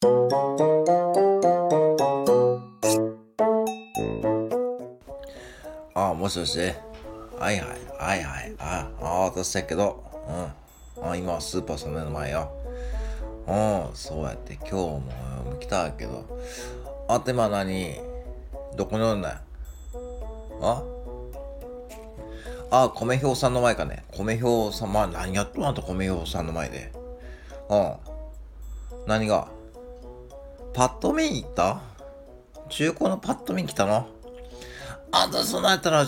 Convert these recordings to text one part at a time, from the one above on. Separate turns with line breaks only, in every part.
もしもし。はいはい、はいはい。私だけど、今はスーパーその目の前よ。そうやって、今日も来たけど。って今どこにおるんだよ。あ米表さんの前かね。米表さん、何やっとんあんた米表さんの前で。何がパッと見に行った？中古のパッと見に来たの？あんたそんなんやったら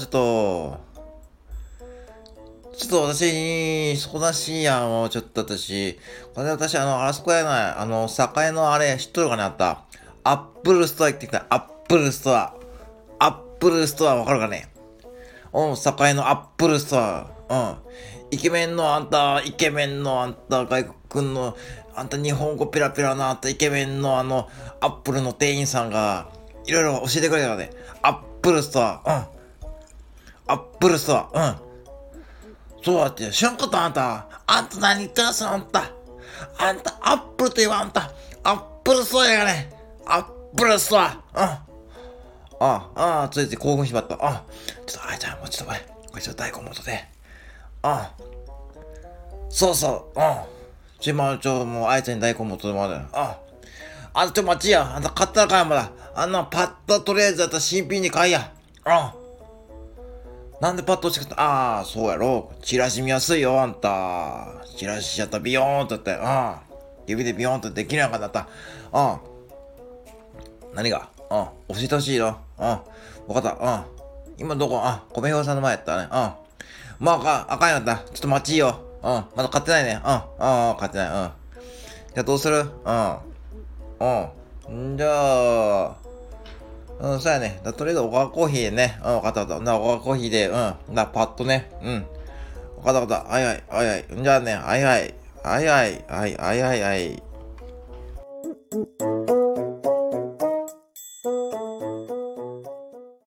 私、相談しいやん、もうちょっと私。これで私、あそこやない、栄のあれ、知っとるかねあった。アップルストア行ってきた。アップルストア。アップルストアわかるかね？栄のアップルストア。イケメンのあんた、外国の、あんた日本語ペラペラなあんたイケメンのアップルの店員さんが、いろいろ教えてくれたからね。アップルストア。アップルストア。そうだって、知らんかったあんた。あんた何言ってらっしゃるあんた。あんた、アップルと言わんた。アップルストアやがね。アップルストア。ついて興奮しまった。ちょっと、あいちゃん、もうちょっとこれちょっと大根元で。そうそう。もう、あいちゃんに大根元でもある。待ちや。あんた買ったらかいまだ。パッととりあえずやったら新品に買いや。なんでパッと落ちてくったそうやろ。チラシ見やすいよ、あんた。チラシやったらビヨーンとって、指でビヨーンとできなかった。何が教えてほしいよ。わかった。今どこ米表さんの前やったね。あかんやった。ちょっと待ちよ。まだ買ってないね。買ってない。じゃあどうする？じゃあ、そうやね。とりあえず、おかコーヒーでね。わかった。おかコーヒーで、パッとね。わかった。はいはい。じゃあね、はいはい。はい。